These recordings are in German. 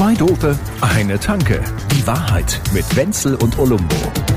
Zwei Dope, eine Tanke. Die Wahrheit mit Wenzel und Olumbo.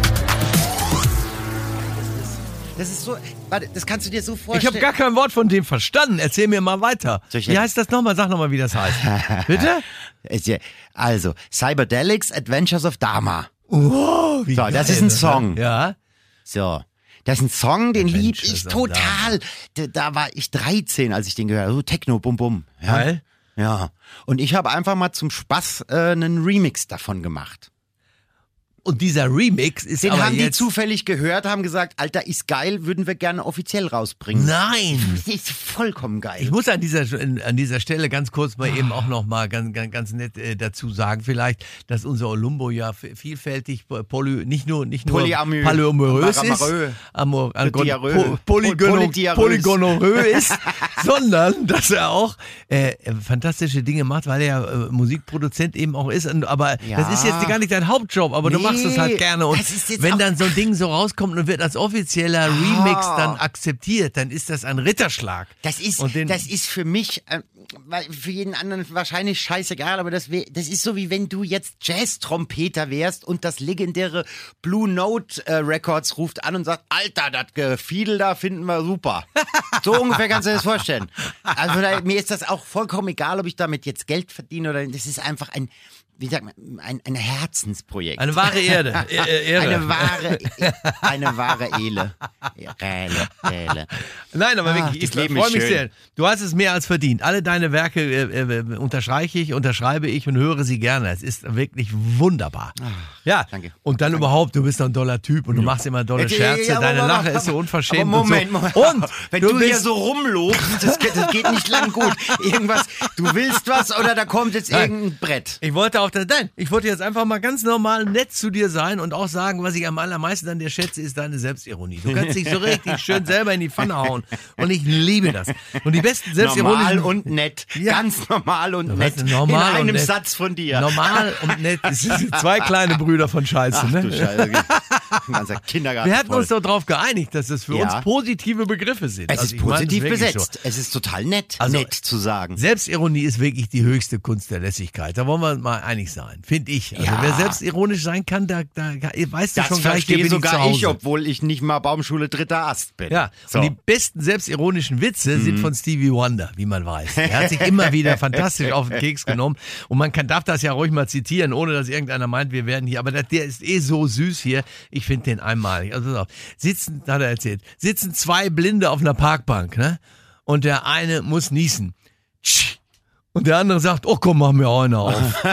Das ist so, warte, das kannst du dir so vorstellen. Ich habe gar kein Wort von dem verstanden. Erzähl mir mal weiter. Wie heißt das nochmal? Sag nochmal, wie das heißt. Bitte? Also, Cyberdelics Adventures of Dharma. Oh, wie So, geil, das ist ein Song. Ja. So. Das ist ein Song, den lieb Adventures ich of total. Da war ich 13, als ich den gehört habe. So Techno, bum bum. Ja? Geil. Ja. Und ich habe einfach mal zum Spaß einen Remix davon gemacht. Und dieser Remix ist Den aber haben die jetzt... zufällig gehört, haben gesagt, Alter, ist geil, würden wir gerne offiziell rausbringen. Nein. Das ist vollkommen geil. Ich muss an dieser Stelle ganz kurz mal eben auch noch mal ganz nett dazu sagen vielleicht, dass unser Olumbo ja vielfältig nicht nur polyamorös ist, polygonorös ist, sondern dass er auch fantastische Dinge macht, weil er ja Musikproduzent eben auch ist. Aber das ist jetzt gar nicht dein Hauptjob, aber du machst es halt gerne. Und wenn dann so ein Ding so rauskommt und wird als offizieller Remix dann akzeptiert, dann ist das ein Ritterschlag. Das ist für mich, für jeden anderen wahrscheinlich scheißegal, aber das ist so, wie wenn du jetzt Jazz-Trompeter wärst und das legendäre Blue Note Records ruft an und sagt, Alter, das Gefiedel da finden wir super. So ungefähr kannst du dir das vorstellen. Also mir ist das auch vollkommen egal, ob ich damit jetzt Geld verdiene oder das ist einfach ein Herzensprojekt. Eine wahre Erde. Eine wahre Ele. Nein, aber wirklich, ich freue mich sehr. Du hast es mehr als verdient. Alle deine Werke unterschreibe ich und höre sie gerne. Es ist wirklich wunderbar. Ja, danke. Und dann überhaupt, du bist doch ein toller Typ und du machst immer dolle Scherze. Deine Lache ist so unverschämt. Moment. Und wenn du hier so rumlobst, das geht nicht lang gut. Irgendwas, du willst was oder da kommt jetzt irgendein Brett. Ich wollte jetzt einfach mal ganz normal nett zu dir sein und auch sagen, was ich am allermeisten an dir schätze, ist deine Selbstironie. Du kannst dich so richtig schön selber in die Pfanne hauen und ich liebe das. Und die besten selbstironischen... Normal und nett. Ja. Ganz normal und nett. Normal in einem und nett. Satz von dir. Normal und nett. Das sind zwei kleine Brüder von Scheiße. Ach, ne? du Scheiße. Ein ganzer Kindergarten. Wir hatten uns doch darauf geeinigt, dass es für uns positive Begriffe sind. Es ist positiv besetzt. So. Es ist total nett, nett zu sagen. Selbstironie ist wirklich die höchste Kunst der Lässigkeit. Da wollen wir mal einig sein, finde ich. Also wer selbstironisch sein kann, da weißt du schon gleich, der bin sogar ich, obwohl ich nicht mal Baumschule 3. Ast bin. Ja, so. Und die besten selbstironischen Witze sind von Stevie Wonder, wie man weiß. Er hat sich immer wieder fantastisch auf den Keks genommen und man darf das ja ruhig mal zitieren, ohne dass irgendeiner meint, wir werden hier, aber der ist so süß hier, ich finde den einmalig. Also hat er erzählt, sitzen zwei Blinde auf einer Parkbank, ne? Und der eine muss niesen. Und der andere sagt, oh komm, mach mir einer auf.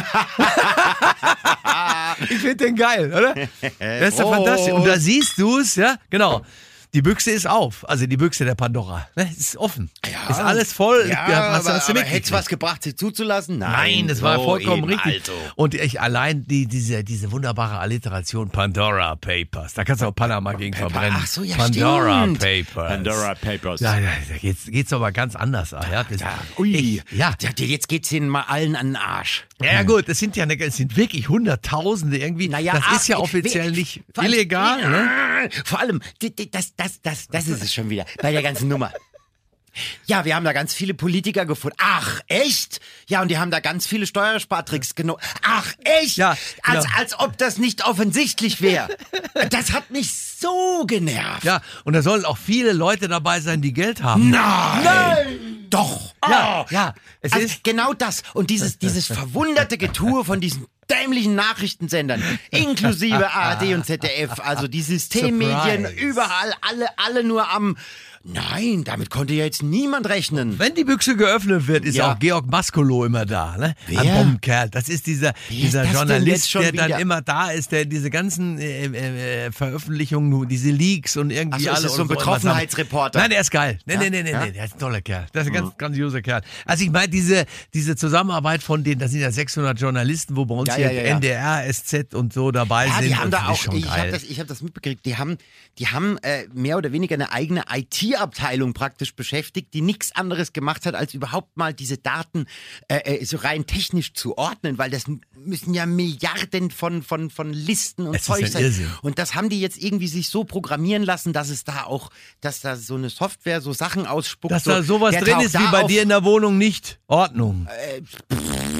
Ich finde den geil, oder? Das ist doch fantastisch. Und da siehst du es, ja, genau. Die Büchse ist auf, also die Büchse der Pandora. Ne, ist offen. Ja, ist alles voll. Ja, aber hätte es was gebracht, sie zuzulassen? Nein, das war vollkommen richtig. Also. Und allein diese wunderbare Alliteration Pandora Papers, da kannst du auch Panama gegen verbrennen. Ach so, ja, Pandora stimmt. Papers. Pandora Papers. Ja, da geht's aber ganz anders. Ja, jetzt geht's ihnen mal allen an den Arsch. Ja gut, es sind wirklich Hunderttausende irgendwie. Naja, das ist ja offiziell nicht illegal. Ne? Vor allem, das ist es schon wieder, bei der ganzen Nummer. Ja, wir haben da ganz viele Politiker gefunden. Ach, echt? Ja, und die haben da ganz viele Steuerspartricks genommen. Ach, echt? Ja, genau. Als ob das nicht offensichtlich wäre. Das hat mich so genervt. Ja, und da sollen auch viele Leute dabei sein, die Geld haben. Nein! Doch. Ja. Es Also ist genau das. Und dieses verwunderte Getue von diesen dämlichen Nachrichtensendern, inklusive ARD und ZDF, also die Systemmedien, Surprise. überall, alle nur am... Nein, damit konnte ja jetzt niemand rechnen. Wenn die Büchse geöffnet wird, ist auch Georg Maskolo immer da, ne? Wer? Ein Bombenkerl. Das ist dieser das denn jetzt Journalist, schon der dann wieder? immer da ist, der diese ganzen Veröffentlichungen, diese Leaks und irgendwie Ach so, alle. ist so ein und Betroffenheitsreporter. Nein, der ist geil. Nee, der ist ein toller Kerl. Das ist ein ganz grandioser Kerl. Also ich meine, diese Zusammenarbeit von denen, da sind ja 600 Journalisten, wo bei uns hier NDR, SZ und so dabei sind. Die haben da auch, ich hab das mitbekriegt, die haben mehr oder weniger eine eigene IT-Abteilung praktisch beschäftigt, die nichts anderes gemacht hat, als überhaupt mal diese Daten so rein technisch zu ordnen, weil das müssen ja Milliarden von Listen und Zeug sein. Irrsinn. Und das haben die jetzt irgendwie sich so programmieren lassen, dass da so eine Software so Sachen ausspuckt. Dass da sowas drin ist wie bei dir in der Wohnung nicht. Ordnung.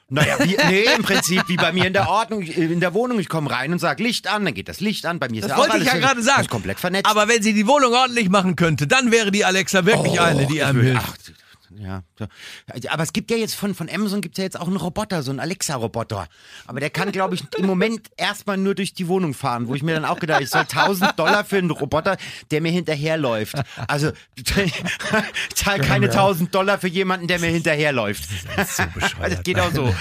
Naja, im Prinzip wie bei mir in der Ordnung, in der Wohnung. Ich komme rein und sage Licht an, dann geht das Licht an. Bei mir ist das ja auch wollte alles ich ja gerade sagen. ist komplett vernetzt. Aber wenn sie die Wohnung ordentlich machen könnte, dann wäre die Alexa wirklich eine, die einem hilft. Ach, ja. Aber es gibt ja jetzt von Amazon gibt's ja jetzt auch einen Roboter, so einen Alexa-Roboter. Aber der kann, glaube ich, im Moment erstmal nur durch die Wohnung fahren, wo ich mir dann auch gedacht, ich soll $1.000 für einen Roboter, der mir hinterherläuft. Also, zahl keine $1.000 für jemanden, der mir hinterherläuft. Das ist so bescheuert. Das geht auch so.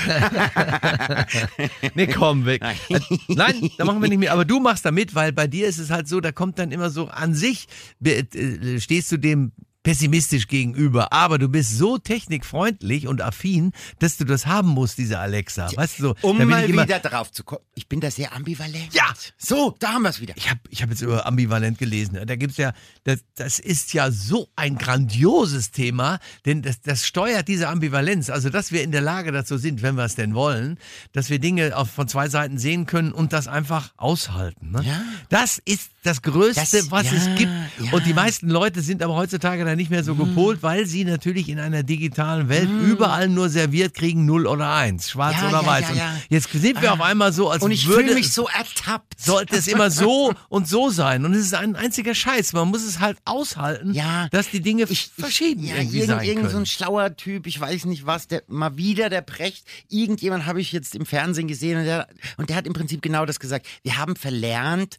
Nee, komm, weg. Nein, da machen wir nicht mehr. Aber du machst da mit, weil bei dir ist es halt so, da kommt dann immer so an sich, stehst du dem pessimistisch gegenüber, aber du bist so technikfreundlich und affin, dass du das haben musst, diese Alexa. Weißt du, um mal wieder drauf zu kommen. Ich bin da sehr ambivalent. Ja. So, da haben wir es wieder. Ich hab jetzt über ambivalent gelesen. Da gibt's ja, das ist ja so ein grandioses Thema, denn das steuert diese Ambivalenz. Also, dass wir in der Lage dazu sind, wenn wir es denn wollen, dass wir Dinge von zwei Seiten sehen können und das einfach aushalten. Ne? Ja. Das ist das Größte, was es gibt. Ja. Und die meisten Leute sind aber heutzutage da nicht mehr so gepolt, weil sie natürlich in einer digitalen Welt überall nur serviert kriegen 0 oder 1, schwarz oder weiß. Ja. Und jetzt sind wir auf einmal so, als und ich fühle mich so ertappt. Sollte es immer so und so sein. Und es ist ein einziger Scheiß. Man muss es halt aushalten, dass die Dinge verschieden irgendwie sein können. Irgend so ein schlauer Typ, ich weiß nicht was, der Precht, irgendjemand habe ich jetzt im Fernsehen gesehen und der hat im Prinzip genau das gesagt. Wir haben verlernt,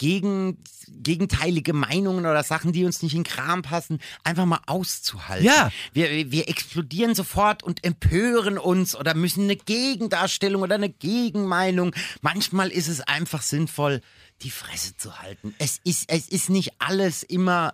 gegenteilige Meinungen oder Sachen, die uns nicht in den Kram passen, einfach mal auszuhalten. Ja. Wir explodieren sofort und empören uns oder müssen eine Gegendarstellung oder eine Gegenmeinung. Manchmal ist es einfach sinnvoll, die Fresse zu halten. Es ist nicht alles immer.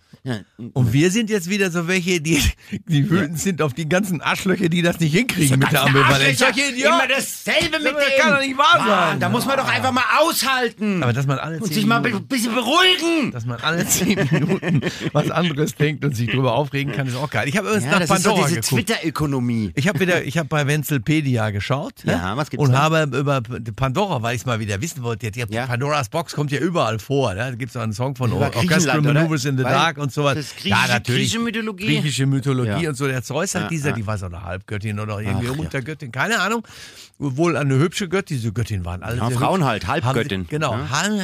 Und wir sind jetzt wieder so welche, die wütend sind auf die ganzen Arschlöcher, die das nicht hinkriegen mit der Ambivalenz. Immer dasselbe mit dem. Das kann doch nicht wahr sein. Da muss man doch einfach mal aushalten. Aber dass man alle 10 und sich mal ein bisschen beruhigen. Dass man alle 10 Minuten was anderes denkt und sich drüber aufregen kann, ist auch geil. Ich habe übrigens nach Pandora geguckt. Twitter-Ökonomie. Ich habe bei Wenzelpedia geschaut. Ja, was gibt's und da? habe über Pandora, weil ich es mal wieder wissen wollte, Pandoras Box kommt ja überall vor. Ne? Da gibt es auch einen Song von Orchestral Maneuvers in the Dark und sowas. Das griechische Mythologie. Griechische Mythologie und so. Der Zeus hat die war so eine Halbgöttin oder irgendwie Untergöttin, keine Ahnung. Wohl eine hübsche Göttin. Diese Göttin waren alle. Ja, Frauen halt, Halbgöttin. Genau.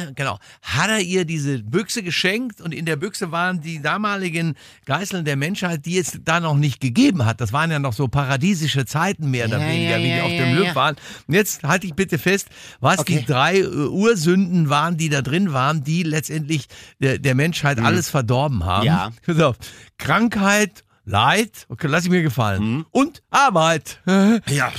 Hat er ihr diese Büchse geschenkt und in der Büchse waren die damaligen Geißeln der Menschheit, die es da noch nicht gegeben hat. Das waren ja noch so paradiesische Zeiten mehr oder weniger, wie die auf dem Glück waren. Und jetzt halte ich bitte fest, was die 3 Ursünden waren, die da drin waren, die letztendlich der Menschheit alles verdorben haben. Ja. Pass auf. Krankheit, Leid, okay, lass ich mir gefallen. Und Arbeit. Ja.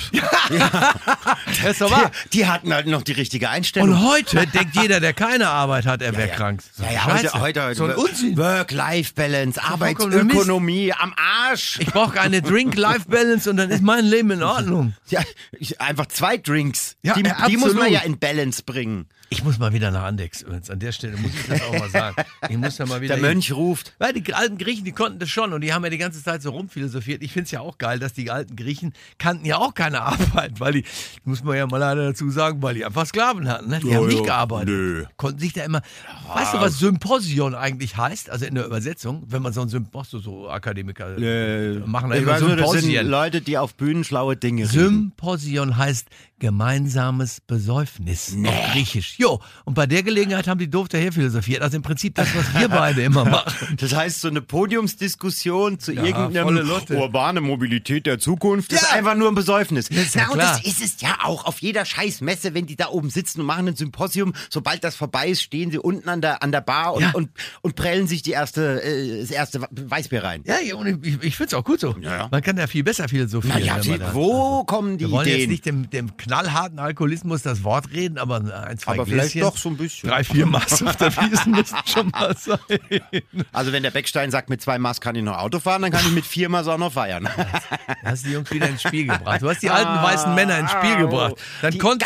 Das ist doch wahr. Die hatten halt noch die richtige Einstellung. Und heute denkt jeder, der keine Arbeit hat, er wäre krank. Heute. So ein Unsinn. Work-Life-Balance, Arbeitsökonomie, am Arsch. Ich brauche eine Drink-Life-Balance und dann ist mein Leben in Ordnung. Ja, einfach 2 Drinks. Ja, die muss man ja in Balance bringen. Ich muss mal wieder nach Andex. An der Stelle muss ich das auch mal sagen. Ich muss da mal wieder. Der Mönch ruft. Weil die alten Griechen, die konnten das schon und die haben ja die ganze Zeit so rumphilosophiert. Ich finde es ja auch geil, dass die alten Griechen kannten ja auch keine Arbeit, weil die, muss man ja mal leider dazu sagen, weil die einfach Sklaven hatten. Ne? Die haben nicht gearbeitet. Nö. Konnten sich da immer. Weißt du, was Symposion eigentlich heißt? Also in der Übersetzung, wenn man so ein so Akademiker machen da immer Symposien. Das sind Leute, die auf Bühnen schlaue Dinge reden. Symposion heißt gemeinsames Besäufnis auf Griechisch. Jo, und bei der Gelegenheit haben die doof daher philosophiert. Also im Prinzip das, was wir beide immer machen. Das heißt, so eine Podiumsdiskussion zu irgendeinem urbane Mobilität der Zukunft ist einfach nur ein Besäufnis. Und das ist es ja auch auf jeder scheiß Messe, wenn die da oben sitzen und machen ein Symposium. Sobald das vorbei ist, stehen sie unten an der Bar und prellen sich das erste Weißbier rein. Ja, und ich finde es auch gut so. Ja. Man kann ja viel besser philosophieren. Wo kommen die Ideen? Wir wollen jetzt nicht dem knallharten Alkoholismus das Wort reden, aber 1, 2 aber Gläschen, vielleicht doch so ein bisschen. 3, 4 Maß auf der Wiese müssen schon mal sein. Also wenn der Beckstein sagt, mit 2 Maß kann ich noch Auto fahren, dann kann ich mit 4 Maß auch noch feiern. Du hast die Jungs wieder ins Spiel gebracht. Du hast die alten weißen Männer ins Spiel gebracht. Dann konnte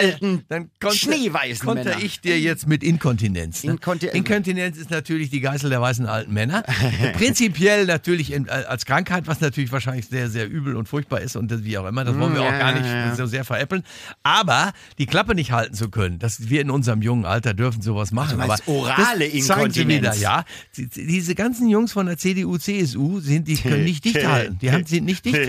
ich dir jetzt mit Inkontinenz. Ne? Inkontinenz ist natürlich die Geißel der weißen alten Männer. Prinzipiell natürlich als Krankheit, was natürlich wahrscheinlich sehr, sehr übel und furchtbar ist und wie auch immer. Das wollen wir auch gar nicht so sehr veräppeln. Aber die Klappe nicht halten zu können, dass wir in unserem jungen Alter dürfen sowas machen. Also aber orale Inkontinenz. Ja, diese ganzen Jungs von der CDU, CSU können nicht dicht halten. Die sind nicht dicht.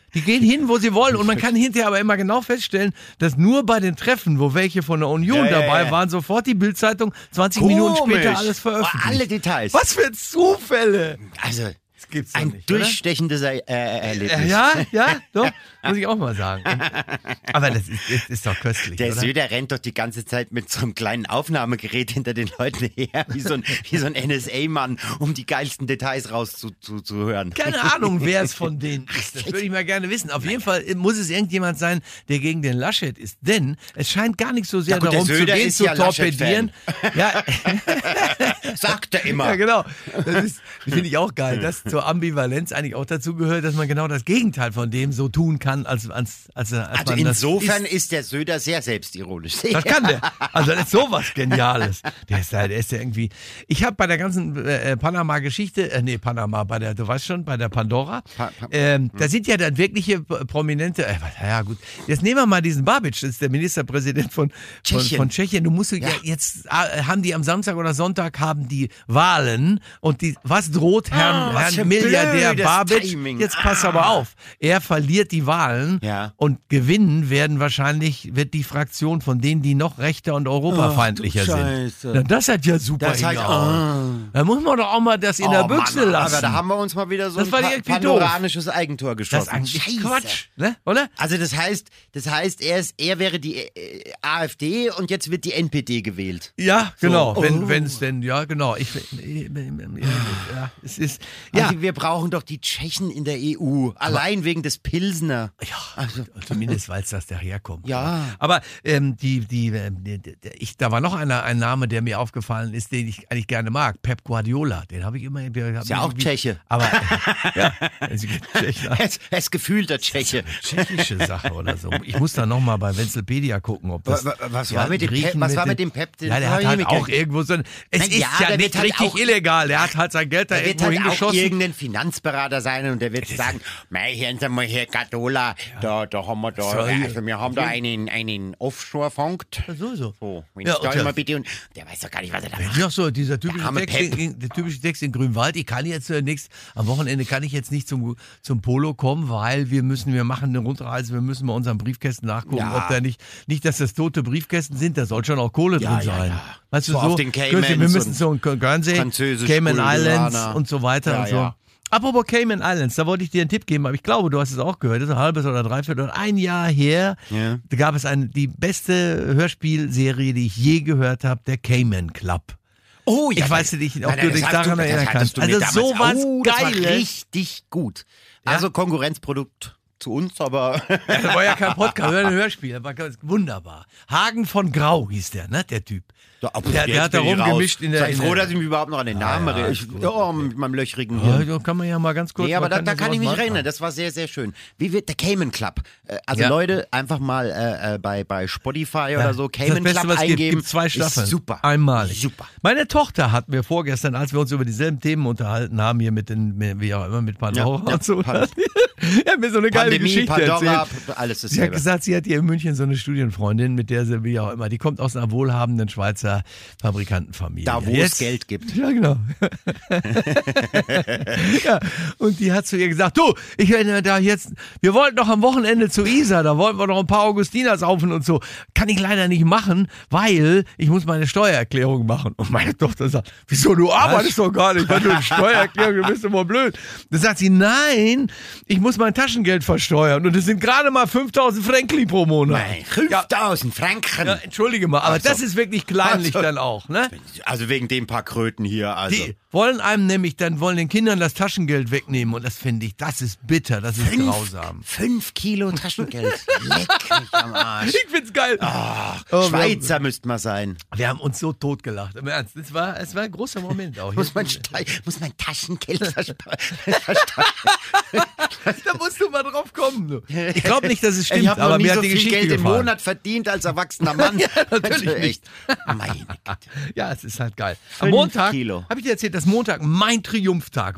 Die gehen hin, wo sie wollen. Und man kann hinterher aber immer genau feststellen, dass nur bei den Treffen, wo welche von der Union dabei waren, sofort die Bildzeitung 20 Minuten später alles veröffentlicht. Alle Details. Was für Zufälle. Also, das gibt's ein nicht, durchstechendes Erlebnis. Ja, doch. Muss ich auch mal sagen. Aber das ist doch köstlich, Der oder? Söder rennt doch die ganze Zeit mit so einem kleinen Aufnahmegerät hinter den Leuten her, wie so ein NSA-Mann, um die geilsten Details rauszuhören. Keine Ahnung, wer es von denen ist. Das würde ich mal gerne wissen. Auf jeden Fall muss es irgendjemand sein, der gegen den Laschet ist. Denn es scheint gar nicht so sehr darum zu gehen, zu torpedieren. Ja. Sagt er immer. Ja, genau. Das finde ich auch geil, dass zur Ambivalenz eigentlich auch dazu gehört, dass man genau das Gegenteil von dem so tun kann, als man insofern das ist der Söder sehr selbstironisch. Das kann der. Also das ist sowas Geniales. Der ist ja irgendwie. Ich habe bei der ganzen Panama-Geschichte, du weißt schon, bei der Pandora, da sind ja dann wirkliche prominente, ja gut, jetzt nehmen wir mal diesen Babic, das ist der Ministerpräsident von Tschechien. Du musst jetzt haben die am Samstag oder Sonntag haben die Wahlen und was droht Herrn Milliardär Babic? Timing. Jetzt pass aber auf. Er verliert die Wahlen und gewinnen wird die Fraktion von denen, die noch rechter und europafeindlicher sind. Na, das hat ja super hingehauen. Da muss man doch auch mal das in der Büchse lassen. Aber da haben wir uns mal wieder so ein panoranisches Eigentor geschossen. Das ist eigentlich Quatsch, ne? Oder? Also das heißt, er wäre die AfD und jetzt wird die NPD gewählt. Ja, genau. Wenn es denn, ja, genau. Es ist, also wir brauchen doch die Tschechen in der EU. Allein wegen des Pilsner. Ja, also zumindest weil es das daherkommt. Ja. Aber da war noch ein Name, der mir aufgefallen ist, den ich eigentlich gerne mag. Pep Guardiola. Den habe ich immer. Ist ja auch Tscheche. Aber er ist gefühlter Tscheche. Tschechische Sache oder so. Ich muss da nochmal bei Wenzelpedia gucken, ob das. Was war mit dem Pep? Ja, der hat halt auch irgendwo so ein. Es ist ja nicht richtig halt illegal. Der hat halt sein Geld da irgendwo hingeschossen. Der wird irgendein Finanzberater sein und der wird sagen, hören Sie mal hier, Guardiola, da haben wir wir haben da einen Offshore-Fonds. So, da mal bitte. Und der weiß doch gar nicht, was er da macht. Ja, so, dieser typische Text in Grünwald. Ich kann jetzt am Wochenende kann ich jetzt nicht zum Polo kommen, weil wir machen eine Rundreise, wir müssen mal unseren Briefkästen nachgucken, ob da nicht, dass das tote Briefkästen sind, da soll schon auch Kohle drin sein. Ja. Weißt du, so auf den Caymans wir müssen so ein Guernsey, Cayman Islands und so weiter und so. Ja. Apropos Cayman Islands, da wollte ich dir einen Tipp geben, aber ich glaube, du hast es auch gehört, das ist ein halbes oder dreiviertel oder ein Jahr her, da gab es die beste Hörspielserie, die ich je gehört habe, der Cayman Club. Oh ja. Ich weiß nicht, ob du dich daran erinnern kannst. Also sowas Geiles. Das war richtig gut. Ja? Also Konkurrenzprodukt zu uns, aber... Das war ja kein Podcast, das war ein Hörspiel, das war wunderbar. Hagen von Grau hieß der Typ. Der hat da rumgemischt in der... Sei froh, dass ich mich überhaupt noch an den Namen erinnere. Mit meinem löchrigen Hirn. Ja, kann man ja mal ganz kurz... Nee, aber da kann ich mich erinnern. Das war sehr, sehr schön. Wie wird der Cayman Club? Also Leute, einfach mal bei Spotify oder so Cayman Club Beste, eingeben. Gibt 2 Staffeln. Ist super. Einmalig. Super. Meine Tochter hat mir vorgestern, als wir uns über dieselben Themen unterhalten haben, hier mit Pandora und so... Er hat mir so eine geile Geschichte Pandora, erzählt. Alles dasselbe. Sie hat gesagt, sie hat hier in München so eine Studienfreundin, mit der sie, wie auch immer, die kommt aus einer wohlhabenden Schweizer Fabrikantenfamilie. Da, wo es Geld gibt. Ja, genau. Ja, und die hat zu ihr gesagt, du, wir wollten doch am Wochenende zu Isar, da wollten wir doch ein paar Augustiner saufen und so. Kann ich leider nicht machen, weil ich muss meine Steuererklärung machen. Und meine Tochter sagt, wieso, du arbeitest doch gar nicht, wenn du eine Steuererklärung, du bist immer blöd. Dann sagt sie, nein, ich muss mein Taschengeld versteuern und es sind gerade mal 5.000 Frankli pro Monat. Nein, 5.000 Franken. Ja, entschuldige mal, aber das ist wirklich kleinlich dann auch, ne? Also wegen den paar Kröten hier, also. Die wollen den Kindern das Taschengeld wegnehmen und das finde ich, das ist bitter, das ist grausam. 5 Kilo Taschengeld. Leck mich am Arsch. Ich find's geil. Ach, Schweizer müsste man sein. Wir haben uns so totgelacht. Im Ernst, es war ein großer Moment auch. Muss mein Taschengeld versteuern. Da musst du mal drauf kommen. Du. Ich glaube nicht, dass es stimmt, ich habe aber nie mir so hat die viel Geschichte Geld gefallen. im Monat verdient als erwachsener Mann. Ja, natürlich nicht. Meine Güte. Ja, es ist halt geil. Am Montag habe ich dir erzählt, dass Montag mein Triumphtag war.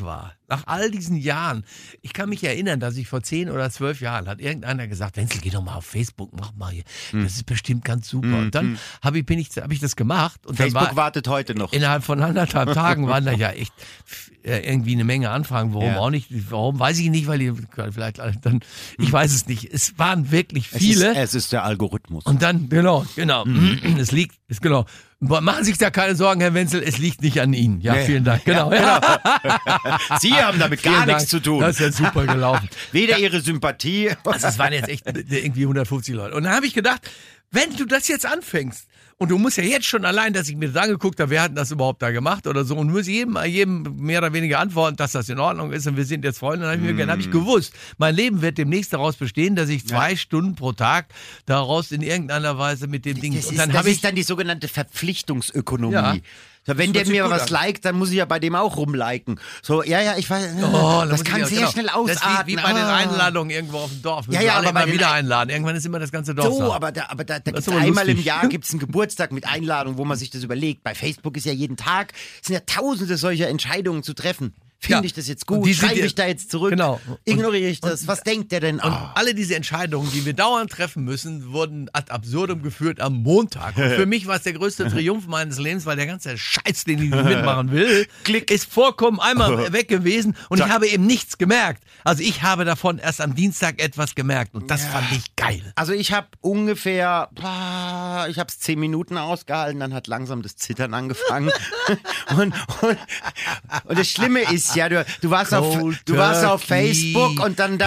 Nach all diesen Jahren. Ich kann mich erinnern, dass ich vor 10 oder 12 Jahren hat irgendeiner gesagt, Wenzel, geh doch mal auf Facebook, mach mal hier. Das ist bestimmt ganz super. Und dann hab ich das gemacht. Und Facebook dann wartet heute noch. Innerhalb von 1,5 Tagen waren da ja echt irgendwie eine Menge Anfragen. Warum auch nicht? Warum, weiß ich nicht, weil die vielleicht dann, ich weiß es nicht. Es waren wirklich viele. Es ist der Algorithmus. Und dann, genau. Es liegt, genau. Machen Sie sich da keine Sorgen, Herr Wenzel, es liegt nicht an Ihnen. Ja, vielen Dank. Genau. Sie haben damit gar nichts zu tun. Das ist ja super gelaufen. Weder Ihre Sympathie. Also es waren jetzt echt irgendwie 150 Leute. Und dann habe ich gedacht, wenn du das jetzt anfängst, und du musst ja jetzt schon allein, dass ich mir das angeguckt habe, wer hat das überhaupt da gemacht oder so, und muss jedem mehr oder weniger antworten, dass das in Ordnung ist und wir sind jetzt Freunde. Dann habe ich gewusst, mein Leben wird demnächst daraus bestehen, dass ich 2 Stunden pro Tag daraus in irgendeiner Weise mit dem Ding... Das ist dann die sogenannte Verpflichtungsökonomie. Ja. So, wenn der mir was liked, dann muss ich ja bei dem auch rumliken. So, ja, ich weiß, das kann sehr schnell ausarten. Das ist wie bei den Einladungen irgendwo auf dem Dorf. Müssen alle immer wieder einladen. Irgendwann ist immer das ganze Dorf so. Aber da gibt's einmal im Jahr gibt's einen Geburtstag mit Einladung, wo man sich das überlegt. Bei Facebook ist ja jeden Tag, sind ja tausende solcher Entscheidungen zu treffen. Finde ich das jetzt gut? Schreibe ich da jetzt zurück? Genau. Ignoriere ich das? Was denkt der denn? Und alle diese Entscheidungen, die wir dauernd treffen müssen, wurden ad absurdum geführt am Montag. Und für mich war es der größte Triumph meines Lebens, weil der ganze Scheiß, den ich nicht mitmachen will, ist vorkommen einmal weg gewesen und ich habe eben nichts gemerkt. Also ich habe davon erst am Dienstag etwas gemerkt und das fand ich geil. Also ich habe ungefähr, ich habe es 10 Minuten ausgehalten, dann hat langsam das Zittern angefangen. und das Schlimme ist, ja, du warst auf Facebook und dann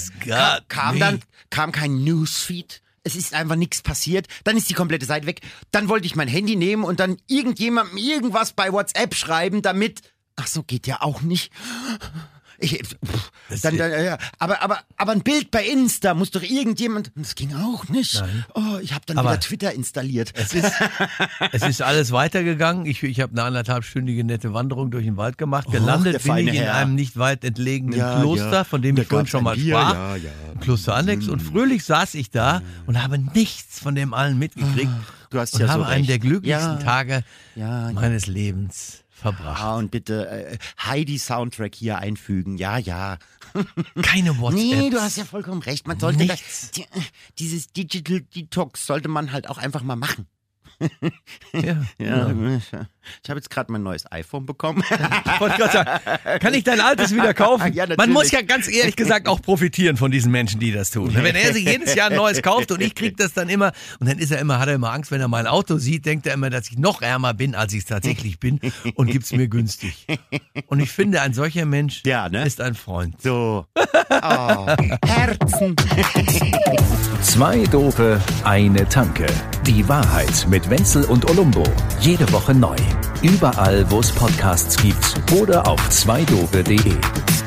kam kein Newsfeed. Es ist einfach nichts passiert. Dann ist die komplette Seite weg. Dann wollte ich mein Handy nehmen und dann irgendjemandem irgendwas bei WhatsApp schreiben, damit... Ach so, geht ja auch nicht. Aber ein Bild bei Insta muss doch irgendjemand... Das ging auch nicht. Nein. Oh, ich habe dann wieder Twitter installiert. Es ist alles weitergegangen. Ich habe eine 1,5-stündige nette Wanderung durch den Wald gemacht. Gelandet bin ich in einem nicht weit entlegenen Kloster, von dem ich vorhin schon mal sprach. Kloster Annex. Und fröhlich saß ich da und habe nichts von dem allen mitgekriegt. Du hast und habe einen der glücklichsten Tage meines Lebens verbracht. Und bitte Heidi-Soundtrack hier einfügen. Ja. Keine WhatsApp. Nee, du hast ja vollkommen recht. Man sollte dieses Digital Detox sollte man halt auch einfach mal machen. Ja. Ich habe jetzt gerade mein neues iPhone bekommen. Ich wollte gerade sagen, kann ich dein altes wieder kaufen? Ja, man muss ja ganz ehrlich gesagt auch profitieren von diesen Menschen, die das tun. Wenn er sich jedes Jahr ein neues kauft und ich kriege das dann immer, und dann hat er immer Angst, wenn er mein Auto sieht, denkt er immer, dass ich noch ärmer bin, als ich es tatsächlich bin und gibt es mir günstig. Und ich finde, ein solcher Mensch ist ein Freund. So. Herzen. 2 Doofe, eine Tanke. Die Wahrheit mit Wenzel und Olumbo. Jede Woche neu. Überall, wo es Podcasts gibt oder auf 2dope.de.